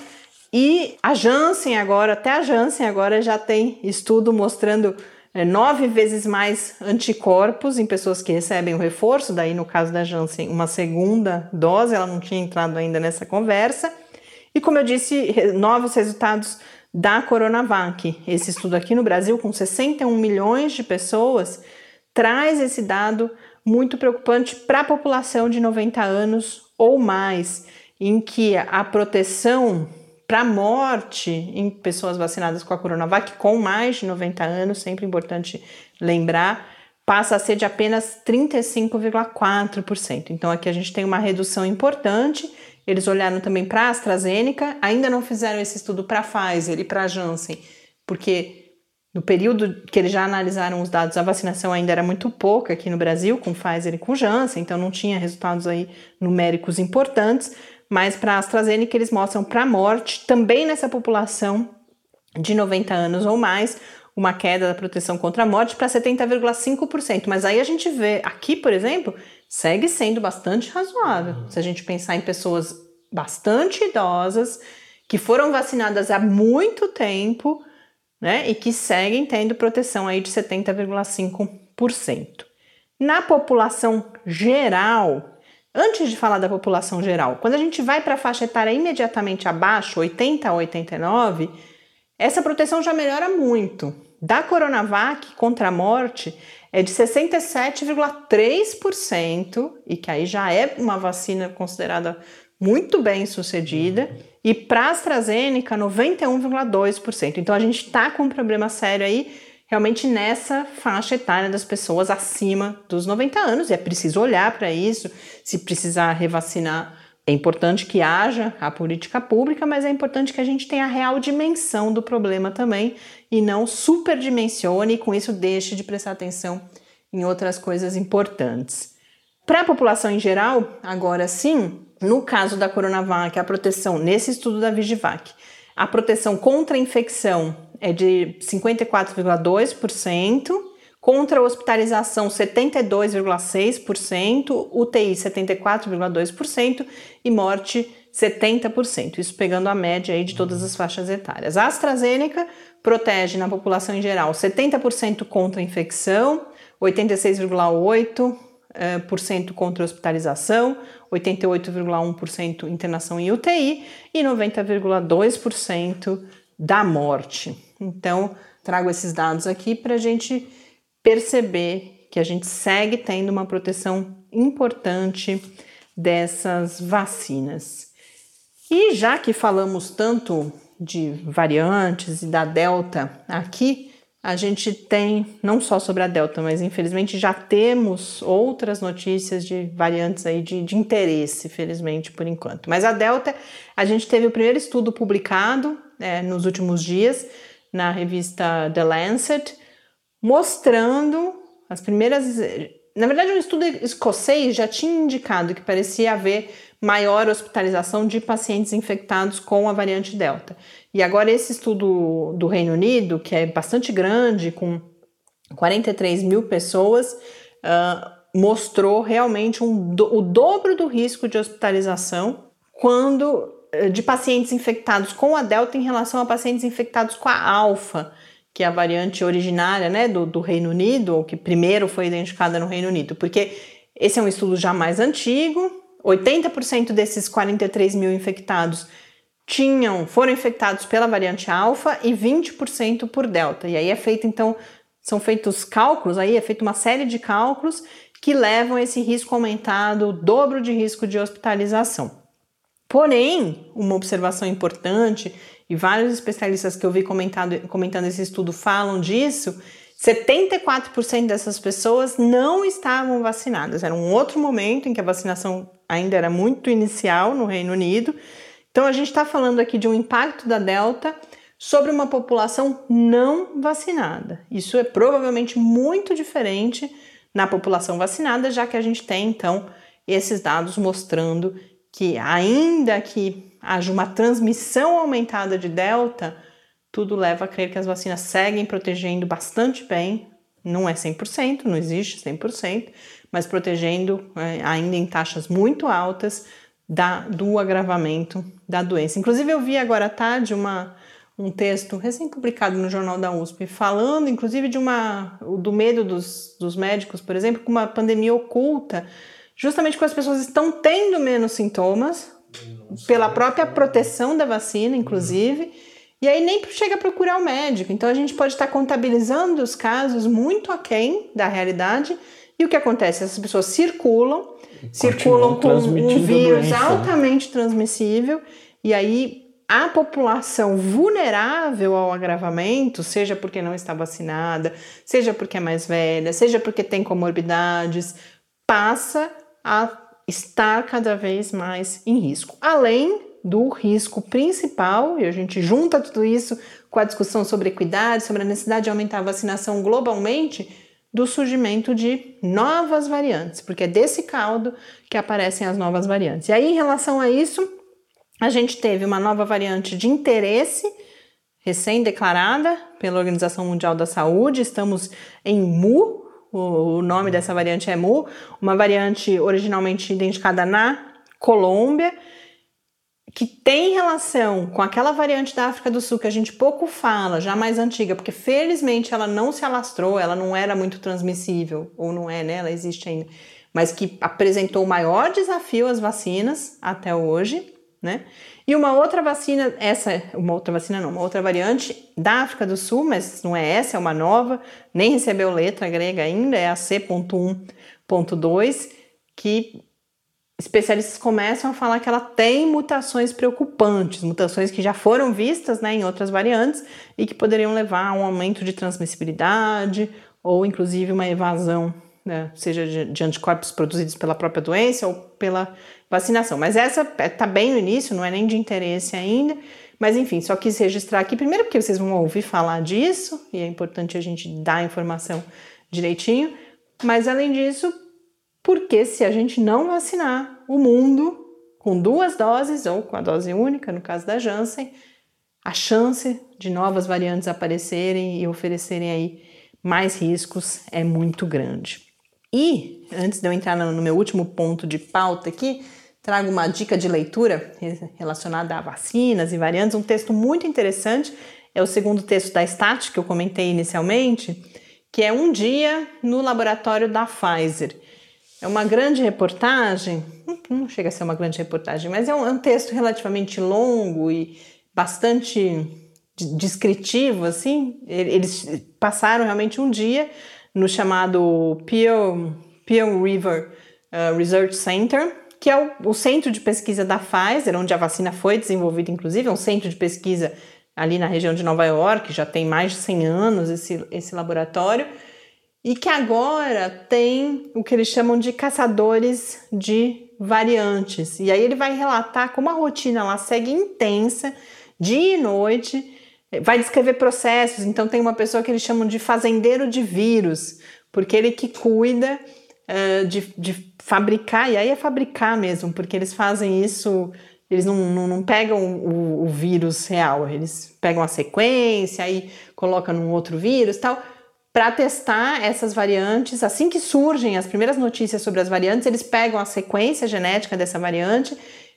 B: E a Janssen agora, até a Janssen agora já tem estudo mostrando é, nove vezes mais anticorpos em pessoas que recebem o reforço, daí no caso da Janssen uma segunda dose, ela não tinha entrado ainda nessa conversa. E como eu disse, novos resultados da Coronavac. Esse estudo aqui no Brasil, com sessenta e um milhões de pessoas, traz esse dado muito preocupante para a população de noventa anos ou mais, em que a proteção para morte em pessoas vacinadas com a Coronavac com mais de noventa anos, sempre importante lembrar, passa a ser de apenas trinta e cinco vírgula quatro por cento. Então aqui a gente tem uma redução importante. Eles olharam também para a AstraZeneca, ainda não fizeram esse estudo para a Pfizer e para a Janssen, porque no período que eles já analisaram os dados, a vacinação ainda era muito pouca aqui no Brasil, com Pfizer e com Janssen, então não tinha resultados aí numéricos importantes, mas para a AstraZeneca eles mostram para a morte, também nessa população de noventa anos ou mais, uma queda da proteção contra a morte para setenta vírgula cinco por cento. Mas aí a gente vê, aqui, por exemplo, segue sendo bastante razoável. Se a gente pensar em pessoas bastante idosas, que foram vacinadas há muito tempo, né, e que seguem tendo proteção aí de setenta vírgula cinco por cento. Na população geral, antes de falar da população geral, quando a gente vai para a faixa etária imediatamente abaixo, oitenta a oitenta e nove, essa proteção já melhora muito. Da Coronavac contra a morte é de sessenta e sete vírgula três por cento, e que aí já é uma vacina considerada muito bem sucedida, e para a AstraZeneca noventa e um vírgula dois por cento. Então a gente está com um problema sério aí, realmente nessa faixa etária das pessoas acima dos noventa anos, e é preciso olhar para isso, se precisar revacinar, É importante que haja a política pública, mas é importante que a gente tenha a real dimensão do problema também e não superdimensione e com isso deixe de prestar atenção em outras coisas importantes. Para a população em geral, agora sim, no caso da Coronavac, a proteção, nesse estudo da Vigivac, a proteção contra a infecção é de cinquenta e quatro vírgula dois por cento, contra a hospitalização setenta e dois vírgula seis por cento, U T I setenta e quatro vírgula dois por cento e morte setenta por cento, isso pegando a média aí de todas as faixas etárias. A AstraZeneca protege na população em geral setenta por cento contra a infecção, oitenta e seis vírgula oito por cento contra a hospitalização, oitenta e oito vírgula um por cento internação em U T I e noventa vírgula dois por cento da morte. Então, trago esses dados aqui para a gente perceber que a gente segue tendo uma proteção importante dessas vacinas. E já que falamos tanto de variantes e da Delta aqui, a gente tem, não só sobre a Delta, mas infelizmente já temos outras notícias de variantes aí de, de interesse, felizmente, por enquanto. Mas a Delta, a gente teve o primeiro estudo publicado é, nos últimos dias na revista The Lancet, mostrando as primeiras... Na verdade, um estudo escocês já tinha indicado que parecia haver maior hospitalização de pacientes infectados com a variante Delta. E agora esse estudo do Reino Unido, que é bastante grande, com quarenta e três mil pessoas, uh, mostrou realmente um do, o dobro do risco de hospitalização quando, de pacientes infectados com a Delta em relação a pacientes infectados com a Alfa, que é a variante originária, né, do, do Reino Unido, ou que primeiro foi identificada no Reino Unido, porque esse é um estudo já mais antigo, oitenta por cento desses quarenta e três mil infectados tinham, foram infectados pela variante alfa e vinte por cento por delta. E aí é feito, então, são feitos cálculos, aí é feita uma série de cálculos que levam a esse risco aumentado, o dobro de risco de hospitalização. Porém, uma observação importante, e vários especialistas que eu vi comentado, comentando esse estudo falam disso, setenta e quatro por cento dessas pessoas não estavam vacinadas. Era um outro momento em que a vacinação ainda era muito inicial no Reino Unido. Então, a gente está falando aqui de um impacto da Delta sobre uma população não vacinada. Isso é provavelmente muito diferente na população vacinada, já que a gente tem, então, esses dados mostrando que, ainda que haja uma transmissão aumentada de Delta, tudo leva a crer que as vacinas seguem protegendo bastante bem, não é cem por cento, não existe cem por cento, mas protegendo é, ainda em taxas muito altas da, do agravamento da doença. Inclusive eu vi agora à tarde uma, um texto recém-publicado no Jornal da U S P, falando inclusive de uma, do medo dos, dos médicos, por exemplo, com uma pandemia oculta, justamente quando as pessoas estão tendo menos sintomas, pela própria proteção da vacina, inclusive, e aí nem chega a procurar o médico. Então a gente pode estar contabilizando os casos muito aquém da realidade. E o que acontece? Essas pessoas circulam, circulam com um vírus doença, altamente né? transmissível, e aí a população vulnerável ao agravamento, seja porque não está vacinada, seja porque é mais velha, seja porque tem comorbidades, passa a estar cada vez mais em risco. Além do risco principal, e a gente junta tudo isso com a discussão sobre equidade, sobre a necessidade de aumentar a vacinação globalmente, do surgimento de novas variantes, porque é desse caldo que aparecem as novas variantes. E aí, em relação a isso, a gente teve uma nova variante de interesse, recém-declarada pela Organização Mundial da Saúde, estamos em Mu, o nome dessa variante é Mu, uma variante originalmente identificada na Colômbia, que tem relação com aquela variante da África do Sul que a gente pouco fala, já mais antiga, porque felizmente ela não se alastrou, ela não era muito transmissível, ou não é, né? Ela existe ainda, mas que apresentou o maior desafio às vacinas até hoje, né? E uma outra vacina, essa, uma outra vacina não, uma outra variante da África do Sul, mas não é essa, é uma nova, nem recebeu letra grega ainda, é a C ponto um ponto dois, que especialistas começam a falar que ela tem mutações preocupantes, mutações que já foram vistas, né, em outras variantes e que poderiam levar a um aumento de transmissibilidade ou inclusive uma evasão né, seja de, de anticorpos produzidos pela própria doença ou pela vacinação. Mas essa está bem no início, não é nem de interesse ainda, mas enfim, só quis registrar aqui, primeiro porque vocês vão ouvir falar disso, e é importante a gente dar a informação direitinho, mas além disso, porque se a gente não vacinar o mundo com duas doses, ou com a dose única, no caso da Janssen, a chance de novas variantes aparecerem e oferecerem aí mais riscos é muito grande. E, antes de eu entrar no meu último ponto de pauta aqui, trago uma dica de leitura relacionada a vacinas e variantes, um texto muito interessante, é o segundo texto da Stat, que eu comentei inicialmente, que é Um Dia no Laboratório da Pfizer. É uma grande reportagem, não chega a ser uma grande reportagem, mas é um, é um texto relativamente longo e bastante descritivo, assim. Eles passaram realmente um dia no chamado Peel, Peel River uh, Research Center, que é o, o centro de pesquisa da Pfizer, onde a vacina foi desenvolvida, inclusive, é um centro de pesquisa ali na região de Nova York, já tem mais de cem anos esse, esse laboratório, e que agora tem o que eles chamam de caçadores de variantes. E aí ele vai relatar como a rotina lá segue intensa, dia e noite, vai descrever processos. Então tem uma pessoa que eles chamam de fazendeiro de vírus, porque ele que cuida uh, de, de fabricar, e aí é fabricar mesmo, porque eles fazem isso, eles não, não, não pegam o, o vírus real, eles pegam a sequência, aí colocam num outro vírus e tal, para testar essas variantes. Assim que surgem as primeiras notícias sobre as variantes, eles pegam a sequência genética dessa variante,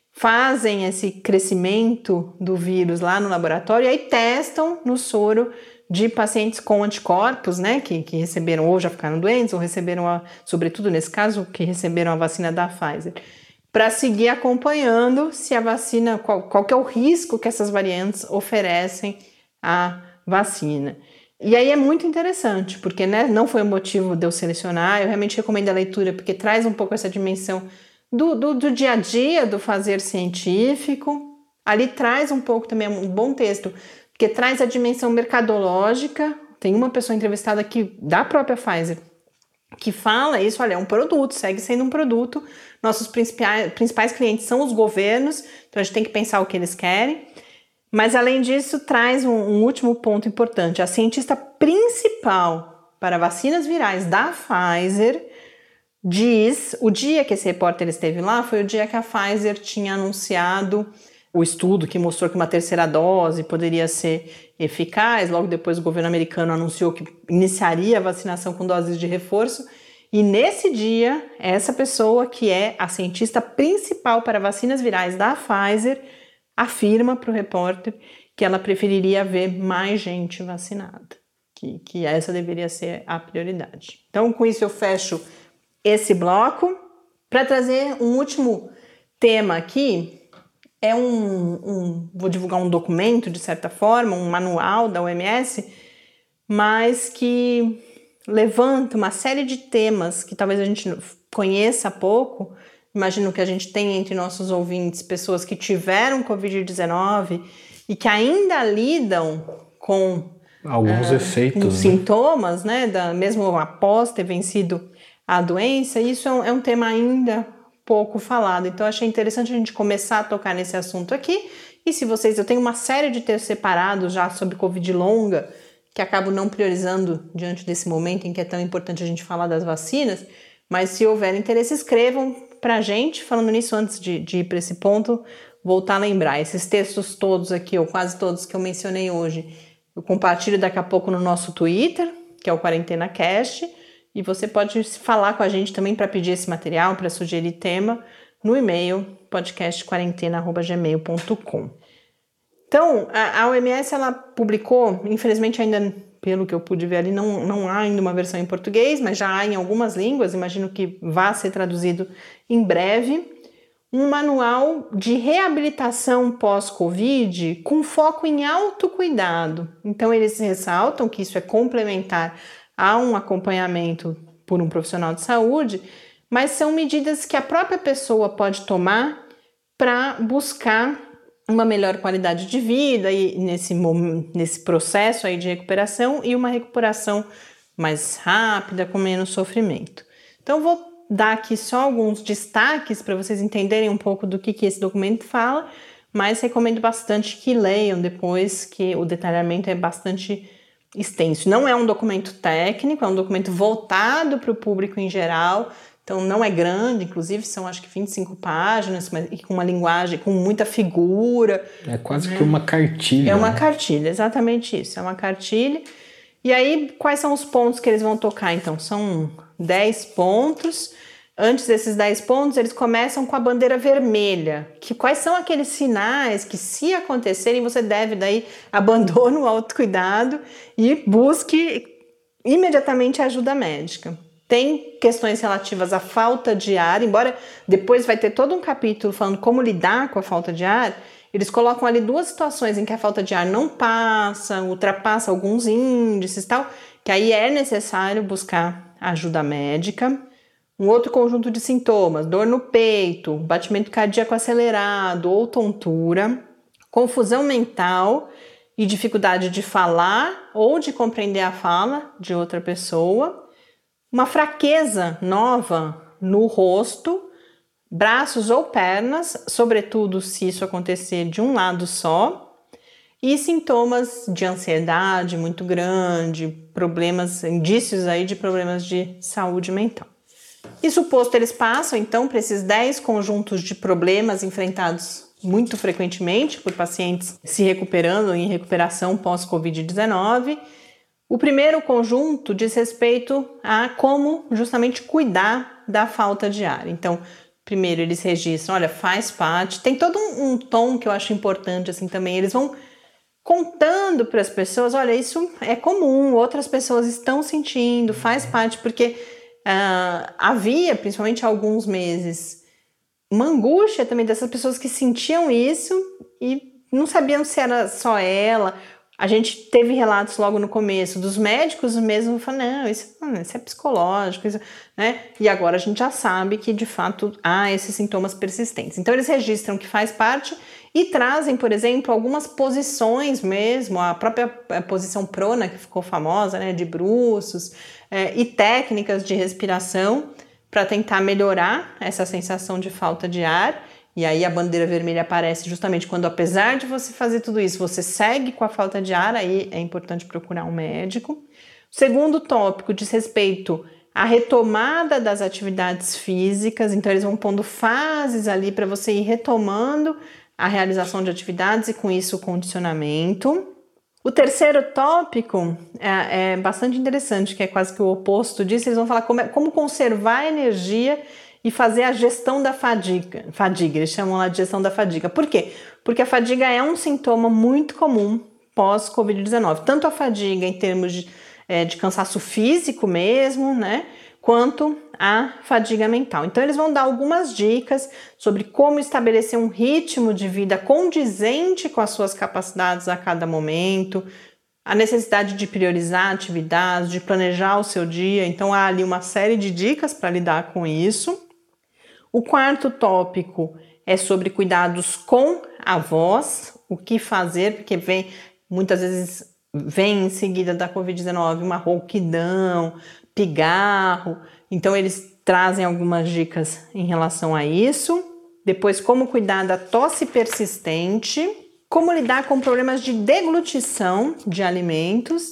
B: fazem esse crescimento do vírus lá no laboratório e aí testam no soro de pacientes com anticorpos, né, que, que receberam ou já ficaram doentes ou receberam, a, sobretudo nesse caso, que receberam a vacina da Pfizer, para seguir acompanhando se a vacina, qual, qual que é o risco que essas variantes oferecem à vacina. E aí é muito interessante, porque, né, não foi o motivo de eu selecionar, eu realmente recomendo a leitura, porque traz um pouco essa dimensão do, do, do dia a dia, do fazer científico. Ali traz um pouco também, um bom texto, porque traz a dimensão mercadológica. Tem uma pessoa entrevistada aqui, da própria Pfizer, que fala isso, olha, é um produto, segue sendo um produto, nossos principais, principais clientes são os governos, então a gente tem que pensar o que eles querem. Mas, além disso, traz um, um último ponto importante. A cientista principal para vacinas virais da Pfizer diz, o dia que esse repórter esteve lá, foi o dia que a Pfizer tinha anunciado o estudo que mostrou que uma terceira dose poderia ser eficaz. Logo depois, o governo americano anunciou que iniciaria a vacinação com doses de reforço. E nesse dia, essa pessoa, que é a cientista principal para vacinas virais da Pfizer, afirma para o repórter que ela preferiria ver mais gente vacinada, que, que essa deveria ser a prioridade. Então, com isso eu fecho esse bloco. Para trazer um último tema aqui, é um, um, vou divulgar um documento, de certa forma, um manual da O M S, mas que levanta uma série de temas que talvez a gente conheça pouco. Imagino que a gente tem entre nossos ouvintes pessoas que tiveram covid dezenove e que ainda lidam com
A: alguns uh, efeitos,
B: com
A: né?
B: sintomas, né, da, mesmo após ter vencido a doença. Isso é um, é um tema ainda pouco falado. Então, achei interessante a gente começar a tocar nesse assunto aqui. E se vocês, eu tenho uma série de textos separados já sobre Covid longa, que acabo não priorizando diante desse momento em que é tão importante a gente falar das vacinas. Mas se houver interesse, escrevam para a gente. Falando nisso, antes de, de ir para esse ponto, voltar a lembrar. Esses textos todos aqui, ou quase todos que eu mencionei hoje, eu compartilho daqui a pouco no nosso Twitter, que é o Quarentena Cast. E você pode falar com a gente também para pedir esse material, para sugerir tema, no e-mail podcast quarentena arroba gmail ponto com. Então, a, a O M S ela publicou, infelizmente ainda, pelo que eu pude ver ali, não, não há ainda uma versão em português, mas já há em algumas línguas, imagino que vá ser traduzido em breve, um manual de reabilitação pós-Covid com foco em autocuidado. Então, eles ressaltam que isso é complementar a um acompanhamento por um profissional de saúde, mas são medidas que a própria pessoa pode tomar para buscar uma melhor qualidade de vida e nesse, nesse processo aí de recuperação e uma recuperação mais rápida, com menos sofrimento. Então, vou dar aqui só alguns destaques para vocês entenderem um pouco do que, que esse documento fala, mas recomendo bastante que leiam depois, que o detalhamento é bastante extenso. Não é um documento técnico, é um documento voltado para o público em geral, então não é grande, inclusive são acho que vinte e cinco páginas, mas com uma linguagem, com muita figura.
A: É quase
B: né?
A: que uma cartilha.
B: É uma
A: né?
B: cartilha, exatamente isso, é uma cartilha. E aí, quais são os pontos que eles vão tocar? Então, são dez pontos. Antes desses dez pontos, eles começam com a bandeira vermelha. Que quais são aqueles sinais que, se acontecerem, você deve daí abandonar o autocuidado e busque imediatamente ajuda médica. Tem questões relativas à falta de ar, embora depois vai ter todo um capítulo falando como lidar com a falta de ar. Eles colocam ali duas situações em que a falta de ar não passa, ultrapassa alguns índices e tal, que aí é necessário buscar ajuda médica. Um outro conjunto de sintomas, dor no peito, batimento cardíaco acelerado ou tontura, confusão mental e dificuldade de falar ou de compreender a fala de outra pessoa, uma fraqueza nova no rosto, braços ou pernas, sobretudo se isso acontecer de um lado só, e sintomas de ansiedade muito grande, problemas, indícios aí de problemas de saúde mental. Isso posto, eles passam então para esses dez conjuntos de problemas enfrentados muito frequentemente por pacientes se recuperando em recuperação pós-covid dezenove. O primeiro conjunto diz respeito a como justamente cuidar da falta de ar. Então, primeiro eles registram, olha, faz parte, tem todo um, um tom que eu acho importante assim também, eles vão contando para as pessoas, olha, isso é comum, outras pessoas estão sentindo, faz parte, porque uh, havia, principalmente há alguns meses, uma angústia também dessas pessoas que sentiam isso e não sabiam se era só ela. A gente teve relatos logo no começo dos médicos mesmo falando, não, isso, isso é psicológico, isso, né? E agora a gente já sabe que de fato há esses sintomas persistentes. Então eles registram que faz parte e trazem, por exemplo, algumas posições mesmo, a própria posição prona que ficou famosa, né, de bruços, é, e técnicas de respiração para tentar melhorar essa sensação de falta de ar. E aí a bandeira vermelha aparece justamente quando, apesar de você fazer tudo isso, você segue com a falta de ar, aí é importante procurar um médico. O segundo tópico diz respeito à retomada das atividades físicas, então eles vão pondo fases ali para você ir retomando a realização de atividades e com isso o condicionamento. O terceiro tópico é, é bastante interessante, que é quase que o oposto disso, eles vão falar como, é, como conservar energia e fazer a gestão da fadiga. Fadiga, eles chamam lá de gestão da fadiga. Por quê? Porque a fadiga é um sintoma muito comum pós-covid dezenove. Tanto a fadiga em termos de, é, de cansaço físico mesmo, né? Quanto a fadiga mental. Então, eles vão dar algumas dicas sobre como estabelecer um ritmo de vida condizente com as suas capacidades a cada momento, a necessidade de priorizar atividades, de planejar o seu dia. Então, há ali uma série de dicas para lidar com isso. O quarto tópico é sobre cuidados com a voz, o que fazer, porque vem, muitas vezes vem em seguida da covid dezenove uma rouquidão, pigarro, então eles trazem algumas dicas em relação a isso. Depois, como cuidar da tosse persistente, como lidar com problemas de deglutição de alimentos.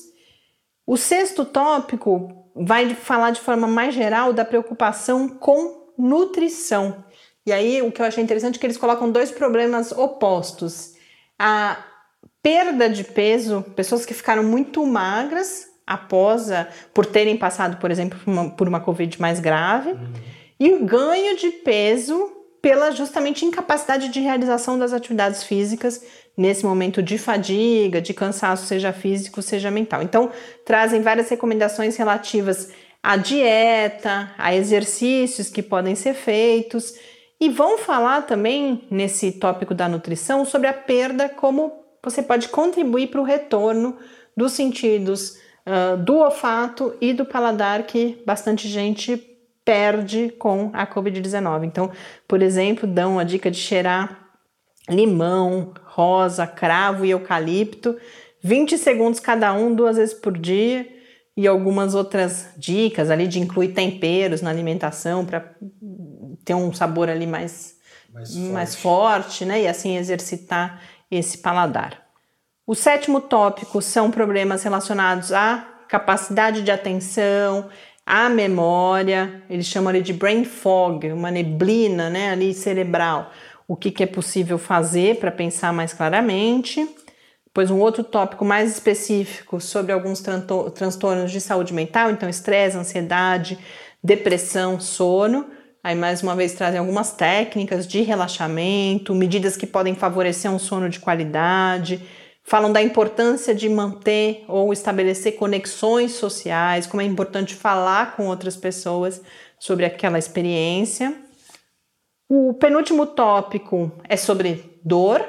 B: O sexto tópico vai falar de forma mais geral da preocupação com nutrição. E aí o que eu achei interessante é que eles colocam dois problemas opostos. A perda de peso, pessoas que ficaram muito magras após, a, por terem passado, por exemplo, por uma, por uma Covid mais grave, uhum. E o ganho de peso pela justamente incapacidade de realização das atividades físicas nesse momento de fadiga, de cansaço, seja físico, seja mental. Então, trazem várias recomendações relativas à dieta, a exercícios que podem ser feitos, e vão falar também, nesse tópico da nutrição, sobre a perda, como você pode contribuir para o retorno dos sentidos uh, do olfato e do paladar, que bastante gente perde com a covid dezenove. Então, por exemplo, dão a dica de cheirar limão, rosa, cravo e eucalipto, vinte segundos cada um, duas vezes por dia. e algumas outras dicas ali de incluir temperos na alimentação para ter um sabor ali mais, mais, forte. mais forte, né? E assim exercitar esse paladar. O sétimo tópico são problemas relacionados à capacidade de atenção, à memória, eles chamam ali de brain fog, uma neblina, né, ali cerebral. O que, que é possível fazer para pensar mais claramente. Depois um outro tópico mais específico sobre alguns transtornos de saúde mental, então estresse, ansiedade, depressão, sono. Aí mais uma vez trazem algumas técnicas de relaxamento, medidas que podem favorecer um sono de qualidade, falam da importância de manter ou estabelecer conexões sociais, como é importante falar com outras pessoas sobre aquela experiência. O penúltimo tópico é sobre dor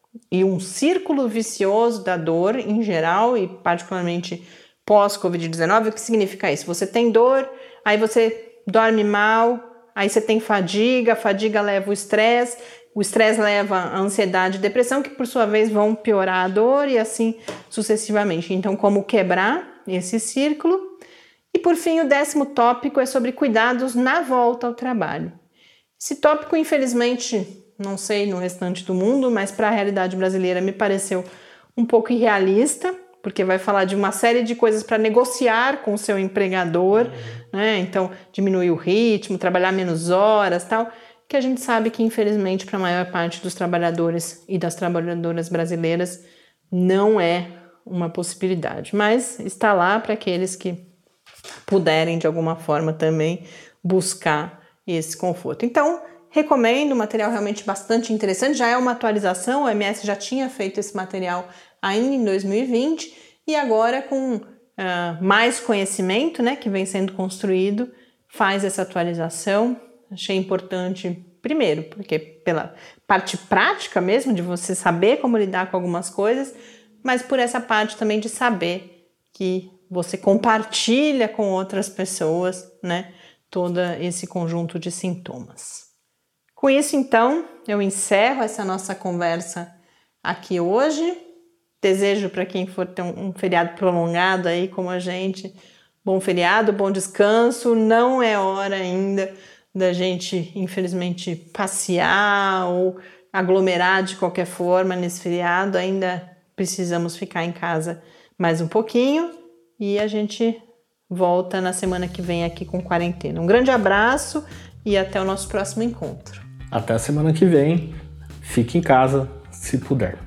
B: e um círculo vicioso da dor em geral e particularmente pós-covid dezenove. O que significa isso? Você tem dor, aí você dorme mal, aí você tem fadiga, a fadiga leva o estresse, o estresse leva a ansiedade e depressão, que por sua vez vão piorar a dor e assim sucessivamente. Então, como quebrar esse círculo? E por fim, o décimo tópico é sobre cuidados na volta ao trabalho. Esse tópico, infelizmente, não sei no restante do mundo, mas para a realidade brasileira me pareceu um pouco irrealista, porque vai falar de uma série de coisas para negociar com o seu empregador, uhum. né? Então, diminuir o ritmo, trabalhar menos horas, tal, que a gente sabe que, infelizmente, para a maior parte dos trabalhadores e das trabalhadoras brasileiras não é uma possibilidade, mas está lá para aqueles que puderem, de alguma forma, também buscar esse conforto. Então, recomendo, um material realmente bastante interessante, já é uma atualização, o O M S já tinha feito esse material ainda em dois mil e vinte, e agora com uh, mais conhecimento, né, que vem sendo construído, faz essa atualização. Achei importante, primeiro, porque pela parte prática mesmo, de você saber como lidar com algumas coisas, mas por essa parte também de saber que você compartilha com outras pessoas, né, todo esse conjunto de sintomas. Com isso, então, eu encerro essa nossa conversa aqui hoje. Desejo para quem for ter um, um feriado prolongado aí como a gente, bom feriado, bom descanso. Não é hora ainda da gente, infelizmente, passear ou aglomerar de qualquer forma nesse feriado. Ainda precisamos ficar em casa mais um pouquinho e a gente volta na semana que vem aqui com Quarentena. Um grande abraço e até o nosso próximo encontro.
A: Até a semana que vem. Fique em casa, se puder.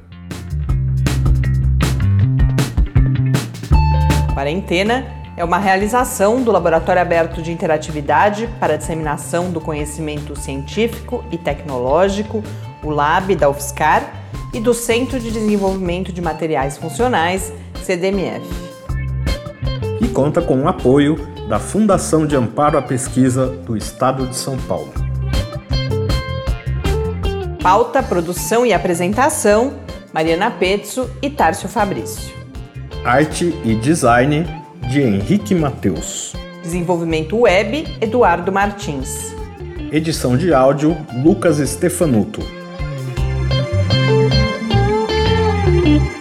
B: Quarentena é uma realização do Laboratório Aberto de Interatividade para a Disseminação do Conhecimento Científico e Tecnológico, o Lab da UFSCar, e do Centro de Desenvolvimento de Materiais Funcionais, C D M F.
A: E conta com o apoio da Fundação de Amparo à Pesquisa do Estado de São Paulo.
B: Pauta, produção e apresentação, Mariana Pezzo e Tárcio Fabrício.
A: Arte e design de Henrique Mateus.
B: Desenvolvimento web, Eduardo Martins.
A: Edição de áudio, Lucas Stefanuto.